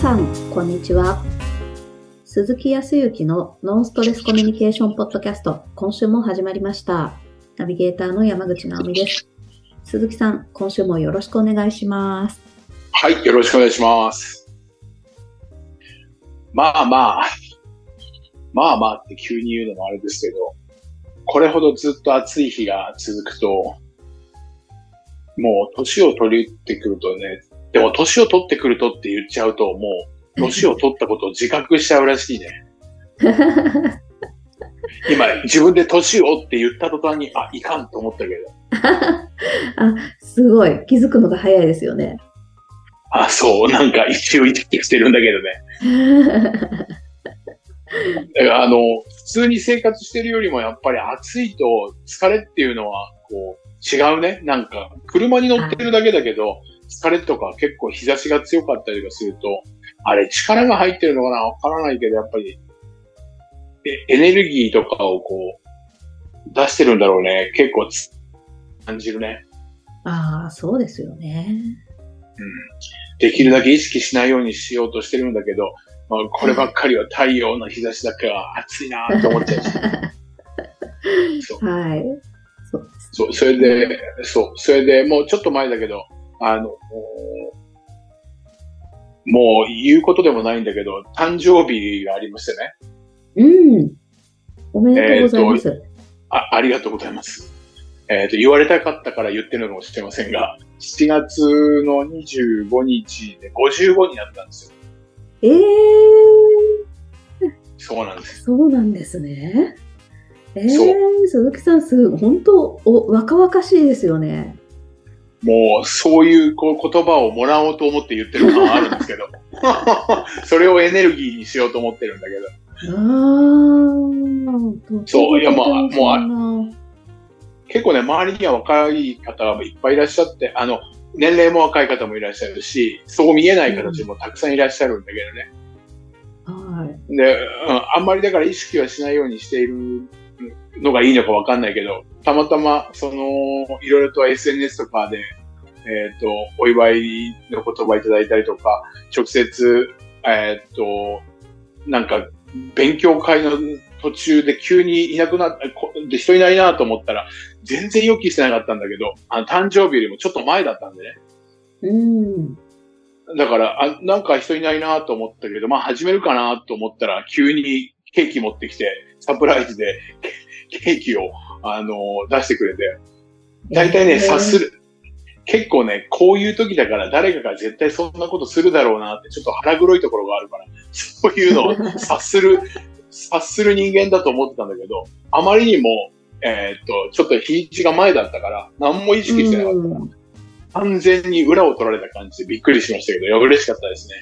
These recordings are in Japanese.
さん、こんにちは。鈴木康之のノンストレスコミュニケーションポッドキャスト、今週も始まりました。ナビゲーターの山口直美です。鈴木さん、今週もよろしくお願いします。 はい、よろしくお願いします。まあって急に言うのもあれですけど、これほどずっと暑い日が続くと、もう年を取ってくるとね、でも年を取ってくるとって言っちゃうと、もう年を取ったことを自覚しちゃうらしいね。今、自分で年をって言った途端に、いかんと思ったけど。 すごい。気づくのが早いですよね。 そう、なんか一応意識してるんだけどね。だから普通に生活してるよりもやっぱり暑いと疲れっていうのはこう違うね。なんか車に乗ってるだけだけど疲れとか結構日差しが強かったりとかすると、あれ力が入ってるのかなわからないけど、やっぱりエネルギーとかをこう出してるんだろうね。結構感じるね。 そうですよね。 できるだけ意識しないようにしようとしてるんだけど、こればっかりは太陽の日差しだけは暑いなと思っちゃうし。 はい。 それで、もうちょっと前だけど、もう言うことでもないんだけど、誕生日がありましてね。おめでとうございます。 ありがとうございます。言われたかったから言ってるのかもしれませんが、7月の25日で55になったんですよ。そうなんです。 そうなんですね。鈴木さん、本当若々しいですよね。 もうそういう言葉をもらおうと思って言ってる感はあるんですけど、それをエネルギーにしようと思ってるんだけど。そう、いやもう結構ね、周りには若い方がいっぱいいらっしゃって、年齢も若い方もいらっしゃるし、そう見えない方たちもたくさんいらっしゃるんだけどね。で、あんまりだから意識はしないようにしているのがいいのかわかんないけど、たまたま、いろいろと SNS とかで、お祝いの言葉いただいたりとか、直接、なんか、勉強会の途中で急にいなくなって、人いないなと思ったら、全然予期してなかったんだけど、誕生日よりもちょっと前だったんでね。だから、なんか人いないなと思ったけど、始めるかなと思ったら、急にケーキ持ってきて、サプライズでケーキを、出してくれて、大体ね、察する。結構ね、こういう時だから誰かが絶対そんなことするだろうなって、ちょっと腹黒いところがあるから、そういうのを察する人間だと思ってたんだけど、あまりにも、ちょっと日にちが前だったから、何も意識してなかったから。完全に裏を取られた感じでびっくりしましたけど、嬉しかったです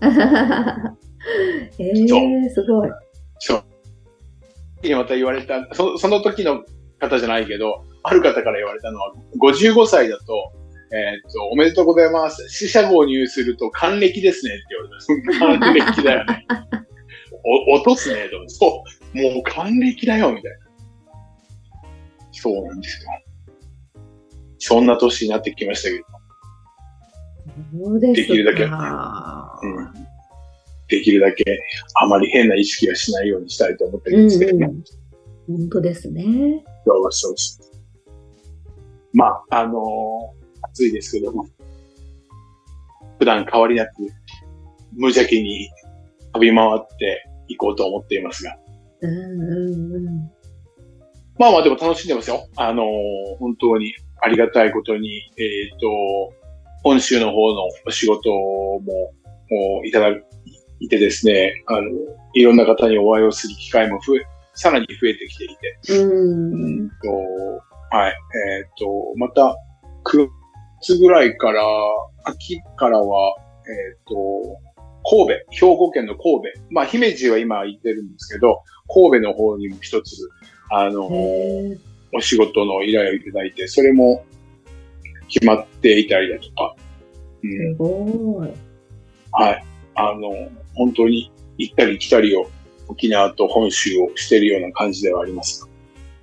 ね。すごい。 そう。また言われた、その時の方じゃないけど、ある方から言われたのは、55歳だと、おめでとうございます。四捨五入すると還暦ですねって言われた。還暦だよね。落とすねと。そう。もう還暦だよ、みたいな。そうなんですよ。そんな年になってきましたけど。 そうですか。 できるだけ、できるだけあまり変な意識はしないようにしたいと思ってるんですけど、 本当ですね。 そう。暑いですけども、普段変わりなく無邪気に飛び回っていこうと思っていますが。でも楽しんでますよ。本当にありがたいことに、本州の方のお仕事もいただいてですね、いろんな方にお会いをする機会もさらに増えてきていて。また、9月ぐらいから、秋からは、兵庫県の神戸。姫路は今行ってるんですけど、神戸の方にも一つ、お仕事の依頼をいただいて、それも決まっていたりだとか。 すごい。 はい。本当に行ったり来たりを沖縄と本州をしているような感じではあります。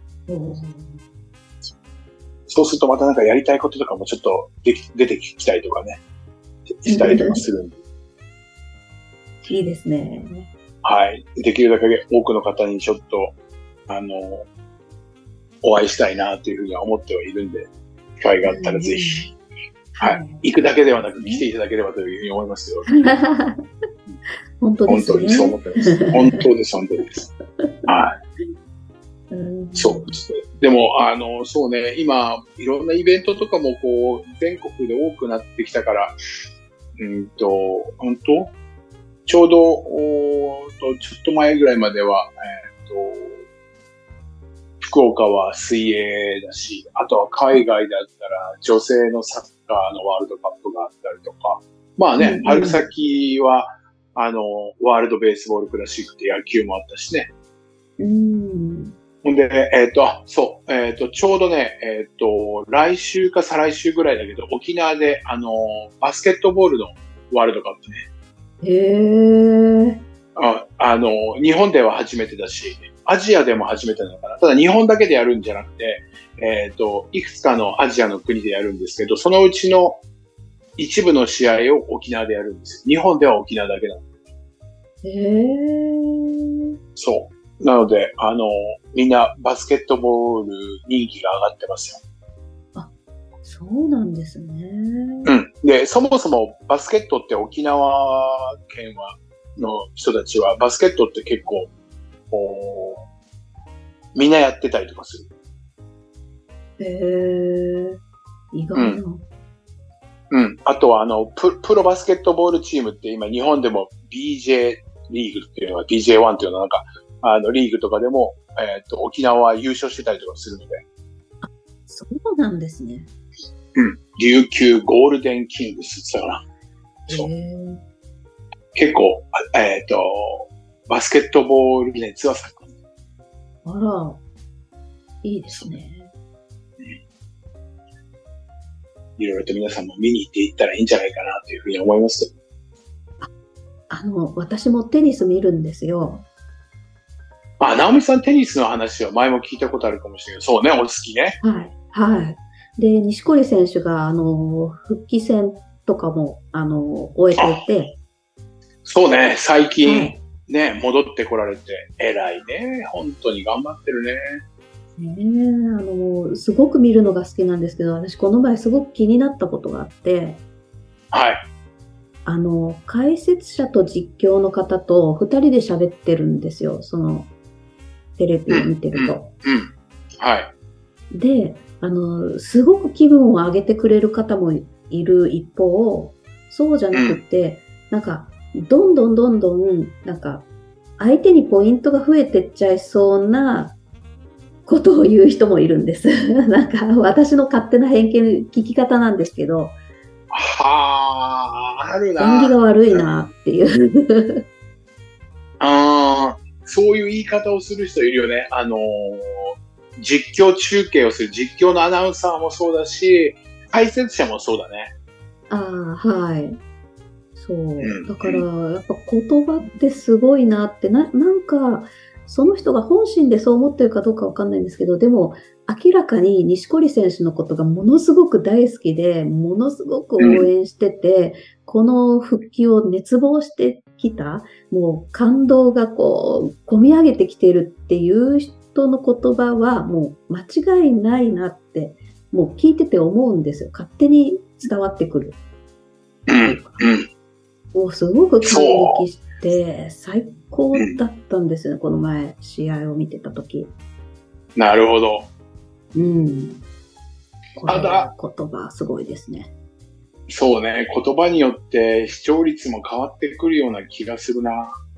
そうするとまたなんかやりたいこととかもちょっと出てきたりとかね、したりとかするんで。 いいですね。 はい。できるだけ多くの方にちょっと、お会いしたいなというふうには思ってはいるんで、機会があったらぜひ、はい。行くだけではなく来ていただければというふうに思いますけど。 本当ですね。 本当にそう思ってます。本当です、本当です。はい。そうですね。でも、そうね、今、いろんなイベントとかも、こう、全国で多くなってきたから、本当ちょうど、ちょっと前ぐらいまでは、福岡は水泳だし、あとは海外だったら女性のサッカーのワールドカップがあったりとか、まあね、春先は、ワールドベースボールクラシックって野球もあったしね。ほんで、そう、ちょうどね、来週か再来週ぐらいだけど、沖縄で、バスケットボールのワールドカップね。日本では初めてだし、アジアでも初めてなのかな。ただ日本だけでやるんじゃなくて、いくつかのアジアの国でやるんですけど、そのうちの一部の試合を沖縄でやるんですよ。日本では沖縄だけなの。そう。なので、みんなバスケットボール人気が上がってますよ。 あ、そうなんですね。 うん。で、そもそもバスケットって沖縄県の人たちはバスケットって結構、みんなやってたりとかする。意外な。 あとはプロバスケットボールチームって今日本でも BJ リーグっていうのが BJ1 っていうのはなんか、リーグとかでも、沖縄は優勝してたりとかするので。 あ、そうなんですね。 琉球ゴールデンキングスって言ったかな。そう。結構、バスケットボール熱は盛ん。 あら、いいですね。 いろいろと皆さんも見に行っていったらいいんじゃないかなというふうに思いますけど。 私もテニス見るんですよ。 直美さんテニスの話は前も聞いたことあるかもしれない。そうね、お好きね。 はい。はい。で、錦織選手が、復帰戦とかも、終えていて。 そうね、最近、ね、戻ってこられて、偉いね。本当に頑張ってるね。 すごく見るのが好きなんですけど、私この前すごく気になったことがあって、 はい。 解説者と実況の方と2人で喋ってるんですよ。その、テレビを見てると。 はい。 で、すごく気分を上げてくれる方もいる一方、そうじゃなくて、なんか、どんどん、なんか、相手にポイントが増えてっちゃいそうなことを言う人もいるんです。なんか、私の勝手な偏見、聞き方なんですけど、 あるな。 縁起が悪いなっていう。 そういう言い方をする人いるよね。実況中継をする実況のアナウンサーもそうだし、解説者もそうだね。 はい。そう。だから、やっぱ言葉ってすごいなって、なんか、その人が本心でそう思ってるかどうかわかんないんですけど、でも、明らかに錦織選手のことがものすごく大好きで、ものすごく応援してて、この復帰を熱望してきた、もう感動がこう、込み上げてきてるっていう人の言葉は、もう間違いないなって、もう聞いてて思うんですよ。勝手に伝わってくる。すごく感激して、最高だったんですよね、この前、試合を見てたとき。 なるほど。 ただ、言葉すごいですね。 そうね、言葉によって視聴率も変わってくるような気がするな。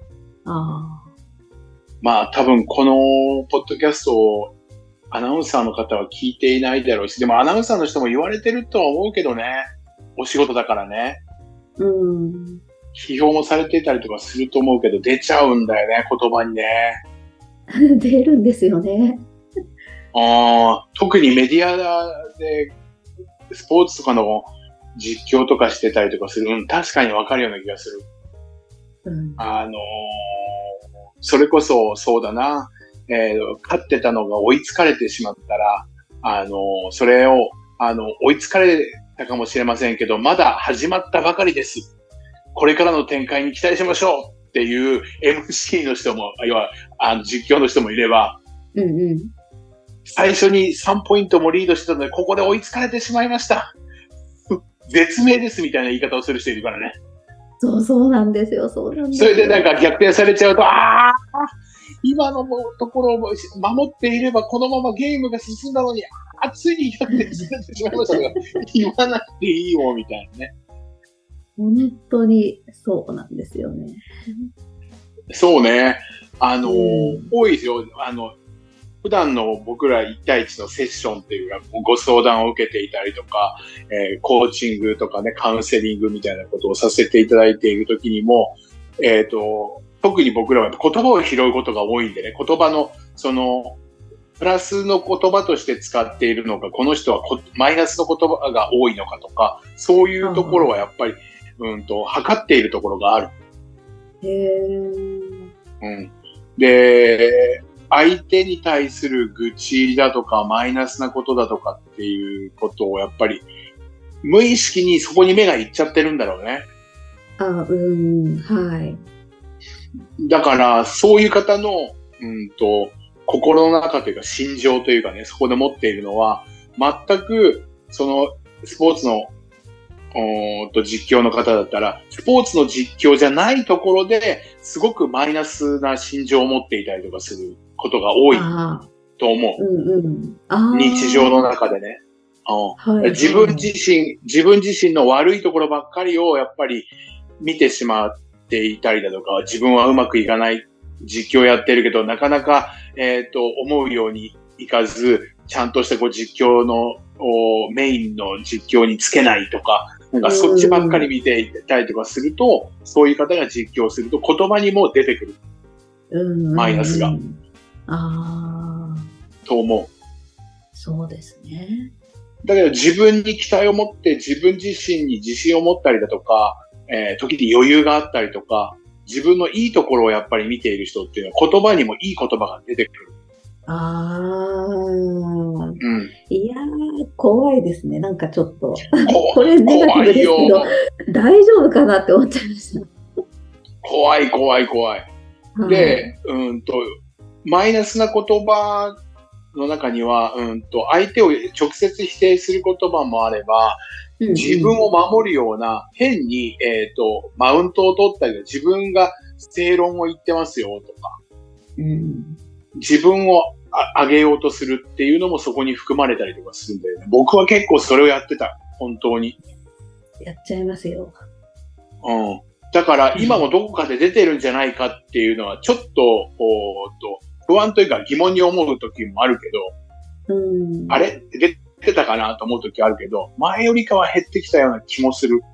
まあ多分このポッドキャストをアナウンサーの方は聞いていないだろうし、でもアナウンサーの人も言われてるとは思うけどね。お仕事だからね。批評もされていたりとかすると思うけど、出ちゃうんだよね、言葉にね。 出るんですよね。 特にメディアでスポーツとかの実況とかしてたりとかする。確かにわかるような気がする。それこそそうだな。勝ってたのが追いつかれてしまったら、それを、追いつかれたかもしれませんけど、まだ始まったばかりです。これからの展開に期待しましょうっていう MC の人も、要は、実況の人もいれば、最初に3ポイントもリードしてたので、ここで追いつかれてしまいました。絶命ですみたいな言い方をする人いるからね。 そうなんですよ。そうなんですよ。 それでなんか逆転されちゃうと、今のところを守っていればこのままゲームが進んだのに、ついに逆転されてしまいましたが、言わなくていいよ、みたいなね。 本当にそうなんですよね。 そうね。多いですよ。普段の僕ら1対1のセッションっていうか、ご相談を受けていたりとか、コーチングとかね、カウンセリングみたいなことをさせていただいているときにも、特に僕らは言葉を拾うことが多いんでね、言葉の、プラスの言葉として使っているのか、この人はマイナスの言葉が多いのかとか、そういうところはやっぱり、測っているところがある。で、相手に対する愚痴だとか、マイナスなことだとかっていうことをやっぱり、無意識にそこに目がいっちゃってるんだろうね。 はい。 だから、そういう方の、心の中というか心情というかね、そこで持っているのは、全く、その、スポーツの、実況の方だったら、スポーツの実況じゃないところで、すごくマイナスな心情を持っていたりとかすることが多いと思う。日常の中でね。自分自身の悪いところばっかりをやっぱり見てしまっていたりだとか、自分はうまくいかない、実況やってるけど、なかなか、思うようにいかず、ちゃんとした実況のメインの実況につけないとか、なんかそっちばっかり見ていたりとかすると、そういう方が実況すると言葉にも出てくる。マイナスが。と思う。 そうですね。 だけど自分に期待を持って自分自身に自信を持ったりだとか、時に余裕があったりとか、自分のいいところをやっぱり見ている人っていうのは言葉にもいい言葉が出てくる。 いやー、怖いですね。なんかちょっと。これネガティブですけど、大丈夫かなって思っちゃいました。 怖い。で、マイナスな言葉の中には、相手を直接否定する言葉もあれば、自分を守るような、変に、マウントを取ったり、自分が正論を言ってますよとか、自分を上げようとするっていうのもそこに含まれたりとかするんだよね。僕は結構それをやってた。本当に。 やっちゃいますよ。 だから今もどこかで出てるんじゃないかっていうのはちょっと、不安というか疑問に思う時もあるけど、あれ出てたかなと思う時あるけど、前よりかは減ってきたような気もする。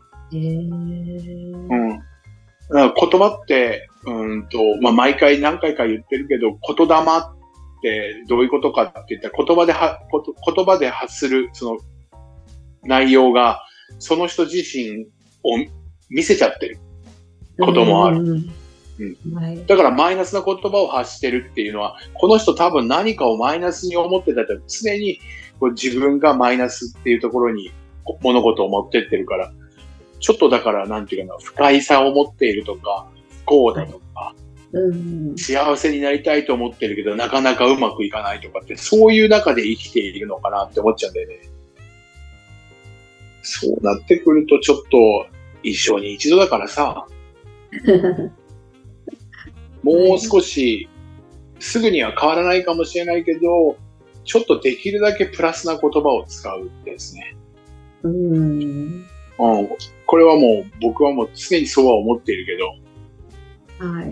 言葉って、毎回何回か言ってるけど、言霊ってどういうことかって言ったら、言葉で発するその内容が、その人自身を見せちゃってることもある。だからマイナスな言葉を発してるっていうのは、この人多分何かをマイナスに思ってたら、常に自分がマイナスっていうところに物事を持ってってるから、ちょっとだからなんていうかな、不快さを持っているとか、不幸だとか、幸せになりたいと思ってるけど、なかなかうまくいかないとかって、そういう中で生きているのかなって思っちゃうんだよね。そうなってくるとちょっと一生に一度だからさ、もう少しすぐには変わらないかもしれないけど、ちょっとできるだけプラスな言葉を使うですね。これはもう僕はもう常にそうは思っているけど。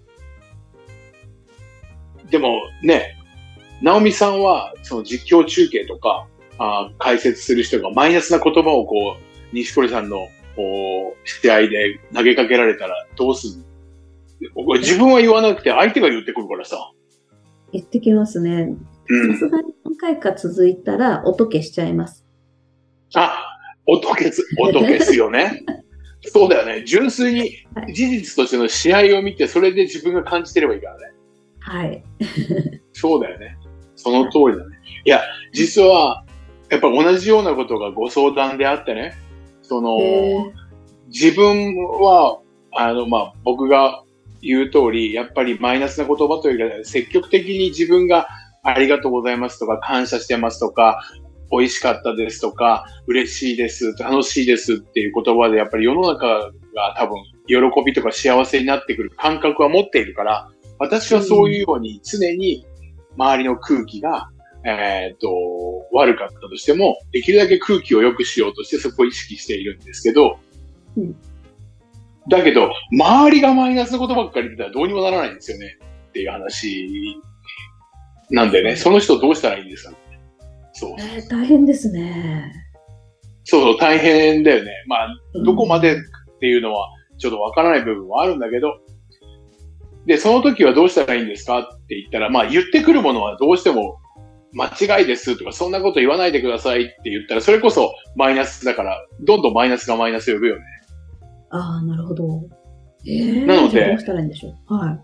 でもね、直美さんはその実況中継とか解説する人がマイナスな言葉を錦織さんの試合で投げかけられたらどうする？自分は言わなくて相手が言ってくるからさ。 言ってきますね。さすがに何回か続いたら音消しちゃいます。 音消すよね。そうだよね。純粋に事実としての試合を見て、それで自分が感じてればいいからね。 はい。 そうだよね。その通りだね。いや、実は、やっぱ同じようなことがご相談であってね、自分は、 僕が言う通り、やっぱりマイナスな言葉というよりは、積極的に自分がありがとうございますとか、感謝してますとか、美味しかったですとか、嬉しいです、楽しいですっていう言葉で、やっぱり世の中が多分、喜びとか幸せになってくる感覚は持っているから、私はそういうように常に周りの空気が、悪かったとしても、できるだけ空気を良くしようとしてそこを意識しているんですけど、だけど、周りがマイナスのことばっかり言ってたらどうにもならないんですよねっていう話なんでね、その人どうしたらいいんですかね。そう。 大変ですね。 そう、大変だよね。どこまでっていうのはちょっとわからない部分はあるんだけど、で、その時はどうしたらいいんですかって言ったら、言ってくるものはどうしても間違いですとか、そんなこと言わないでくださいって言ったら、それこそマイナスだから、どんどんマイナスがマイナス呼ぶよね。 ああ、なるほど。 なので、 どうしたらいいんでしょう。はい。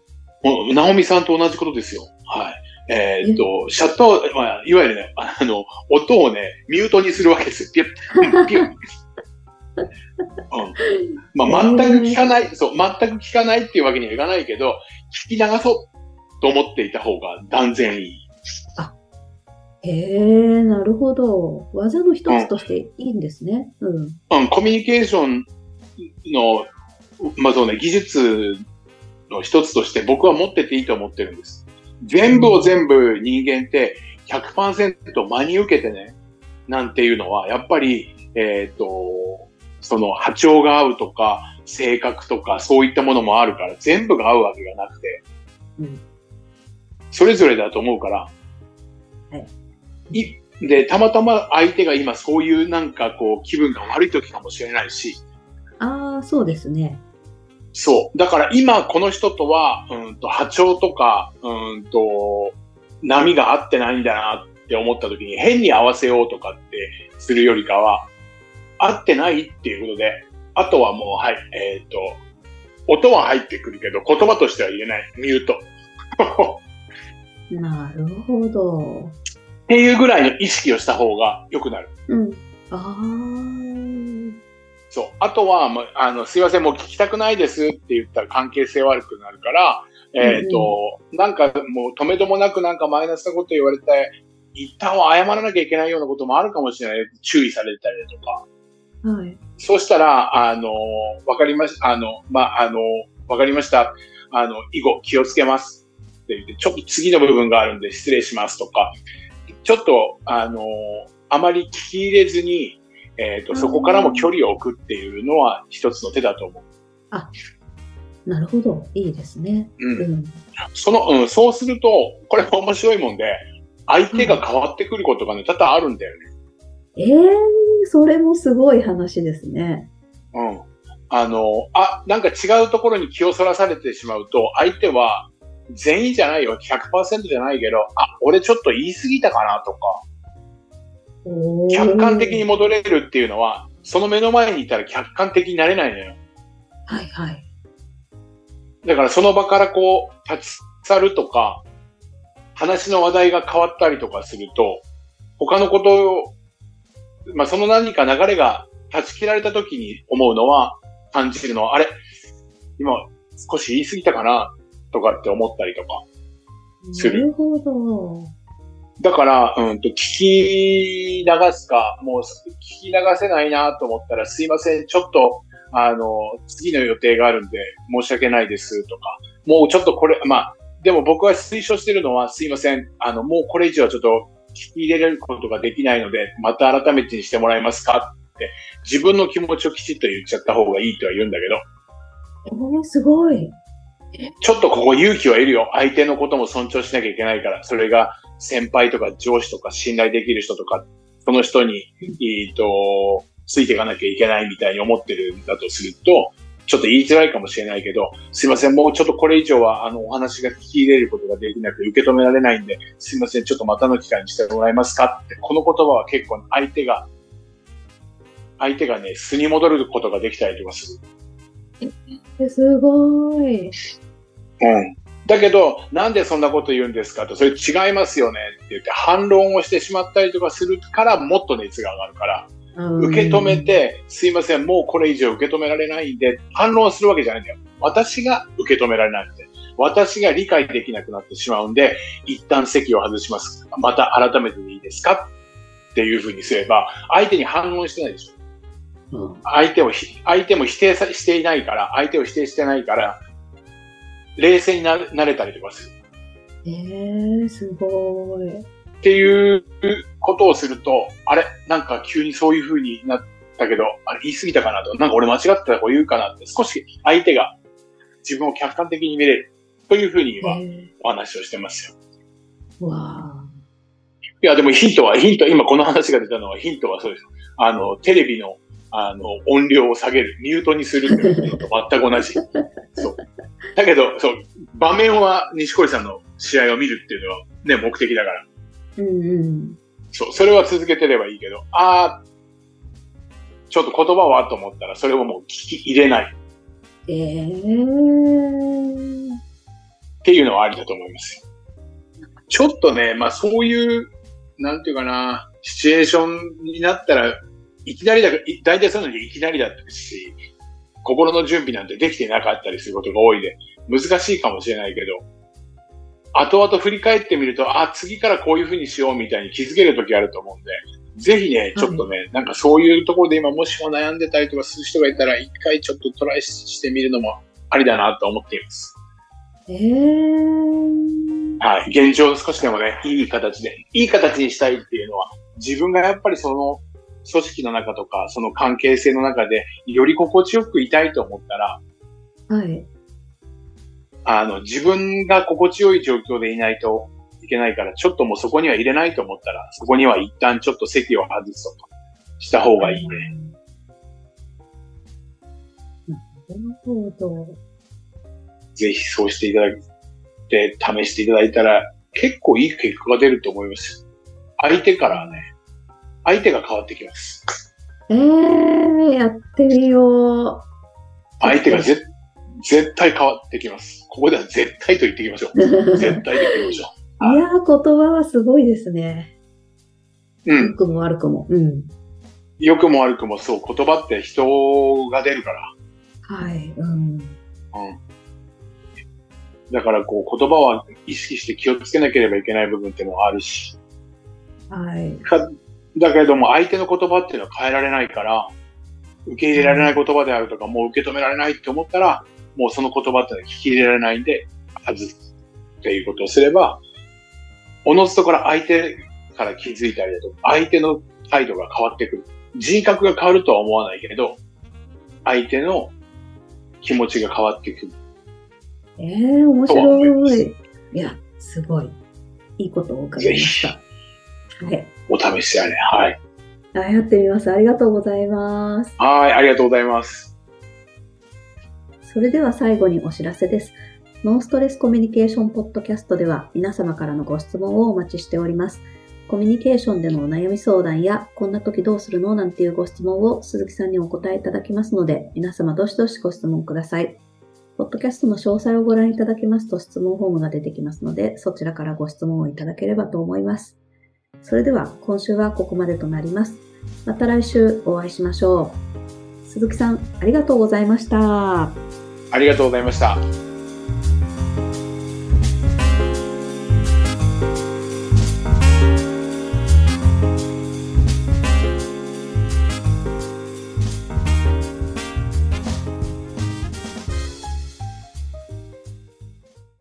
ナオミさんと同じことですよ。はい。シャット、いわゆるね、音をね、ミュートにするわけですよ。ピュッ、ピュッ。全く聞かない、そう、全く聞かないっていうわけにはいかないけど、聞き流そうと思っていた方が断然いい。 なるほど。技の一つとしていいんですね。 コミュニケーションの、そうね、技術の一つとして僕は持ってていいと思ってるんです。全部を全部人間って 100% 真に受けてね、なんていうのは、やっぱり、その波長が合うとか、性格とか、そういったものもあるから、全部が合うわけがなくて、それぞれだと思うから、で、たまたま相手が今そういう気分が悪い時かもしれないし。 そうですね。 そう。だから今この人とは、波長とか、波が合ってないんだなって思った時に変に合わせようとかってするよりかは、合ってないっていうことで、あとはもう、音は入ってくるけど、言葉としては言えない。ミュート。 なるほど。 っていうぐらいの意識をした方が良くなる。そう。あとは、すいません、もう聞きたくないですって言ったら関係性悪くなるから、もう止めどもなくマイナスなこと言われて、一旦は謝らなきゃいけないようなこともあるかもしれない。注意されたりとか。そうしたら、わかりました。わかりました。以後気をつけますって言って、ちょっと次の部分があるんで失礼しますとか、ちょっと、あまり聞き入れずに、そこからも距離を置くっていうのは一つの手だと思う。 なるほど。いいですね。 そうすると、これ面白いもんで、相手が変わってくることがね、多々あるんだよね。 それもすごい話ですね。 なんか違うところに気をそらされてしまうと、相手は善意じゃないよ、100% じゃないけど、俺ちょっと言い過ぎたかなとか、客観的に戻れるっていうのは、その目の前にいたら客観的になれないのよ。だからその場から立ち去るとか、話の話題が変わったりとかすると、他のことを、その何か流れが断ち切られた時に感じるのは、あれ今少し言い過ぎたかなとかって思ったりとかする。 なるほど。 だから、聞き流すか、もう聞き流せないなと思ったら、すいません、ちょっと、次の予定があるんで、申し訳ないですとか、もうちょっとこれ、でも僕は推奨してるのは、すいません、もうこれ以上はちょっと聞き入れることができないので、また改めてにしてもらえますかって、自分の気持ちをきちっと言っちゃった方がいいとは言うんだけど。 すごい。 ちょっとここ勇気はいるよ。相手のことも尊重しなきゃいけないから。それが先輩とか上司とか信頼できる人とか、その人に、ついていかなきゃいけないみたいに思ってるんだとすると、ちょっと言いづらいかもしれないけど、すいません、もうちょっとこれ以上は、お話が聞き入れることができなくて受け止められないんで、すいません、ちょっとまたの機会にしてもらえますかって、この言葉は結構相手がね、素に戻ることができたりとかする。すごい。 だけど、なんでそんなこと言うんですかと、それ違いますよねって言って反論をしてしまったりとかするから、もっと熱が上がるから、 受け止めて、すいません、もうこれ以上受け止められないんで、反論するわけじゃないんだよ。私が受け止められなくて、私が理解できなくなってしまうんで、一旦席を外します。また改めてでいいですかっていうふうにすれば、相手に反論してないでしょ。相手も否定していないから、相手を否定してないから、冷静になれたりとかする。 すごい。 っていうことをすると、あれなんか急にそういう風になったけど、あれ言い過ぎたかなと、なんか俺間違ってたこと言うかなって、少し相手が自分を客観的に見れるという風に今お話をしてますよ。 わー。いやでもヒント、今この話が出たのはヒントはそうです。テレビの音量を下げる、ミュートにするっていうのと全く同じ。そう。だけど、そう、場面は西堀さんの試合を見るっていうのはね、目的だから。そう、それは続けてればいいけど、ちょっと言葉はと思ったら、それをもう聞き入れない。っていうのはありだと思いますよ。ちょっとね、まあそういう、なんていうかな、シチュエーションになったら、いきなり大体そういうのにいきなりだったし、心の準備なんてできてなかったりすることが多いで、難しいかもしれないけど、後々振り返ってみると、次からこういう風にしようみたいに気づけるときあると思うんで、ぜひね、ちょっとね、なんかそういうところで今もしも悩んでたりとかする人がいたら、一回ちょっとトライしてみるのもありだなと思っています。はい。現状を少しでもね、いい形にしたいっていうのは、自分がやっぱりその組織の中とか、その関係性の中で、より心地よくいたいと思ったら、 はい。 自分が心地よい状況でいないといけないから、ちょっともうそこには入れないと思ったら、そこには一旦ちょっと席を外すとかした方がいいね。 なるほど。 ぜひそうしていただいて、試していただいたら、結構いい結果が出ると思います。相手が変わってきます。 やってみよう。 相手が絶対変わってきます。ここでは絶対と言っていきましょう。絶対と言っていきましょう。 いやー、言葉はすごいですね。良くも悪くも。 良くも悪くもそう、言葉って人が出るから。 はい。 だからこう言葉は意識して気をつけなければいけない部分っていうのはあるし。 はい。 だけれども相手の言葉っていうのは変えられないから、受け入れられない言葉であるとか、もう受け止められないって思ったら、もうその言葉っていうのは聞き入れられないんで、外すっていうことをすれば、おのずとから相手から気づいたりだとか、相手の態度が変わってくる。人格が変わるとは思わないけれど、相手の気持ちが変わってくる。 面白い。いや、すごい。いいことを伺いました。はい。 お試しあれ。はい。 やってみます。ありがとうございます。 はい、ありがとうございます。 それでは最後にお知らせです。ノンストレスコミュニケーションポッドキャストでは皆様からのご質問をお待ちしております。コミュニケーションでのお悩み相談や、こんな時どうするのなんていうご質問を鈴木さんにお答えいただきますので、皆様どしどしご質問ください。ポッドキャストの詳細をご覧いただきますと質問フォームが出てきますので、そちらからご質問をいただければと思います。それでは今週はここまでとなります。また来週お会いしましょう。鈴木さん、ありがとうございました。 ありがとうございました。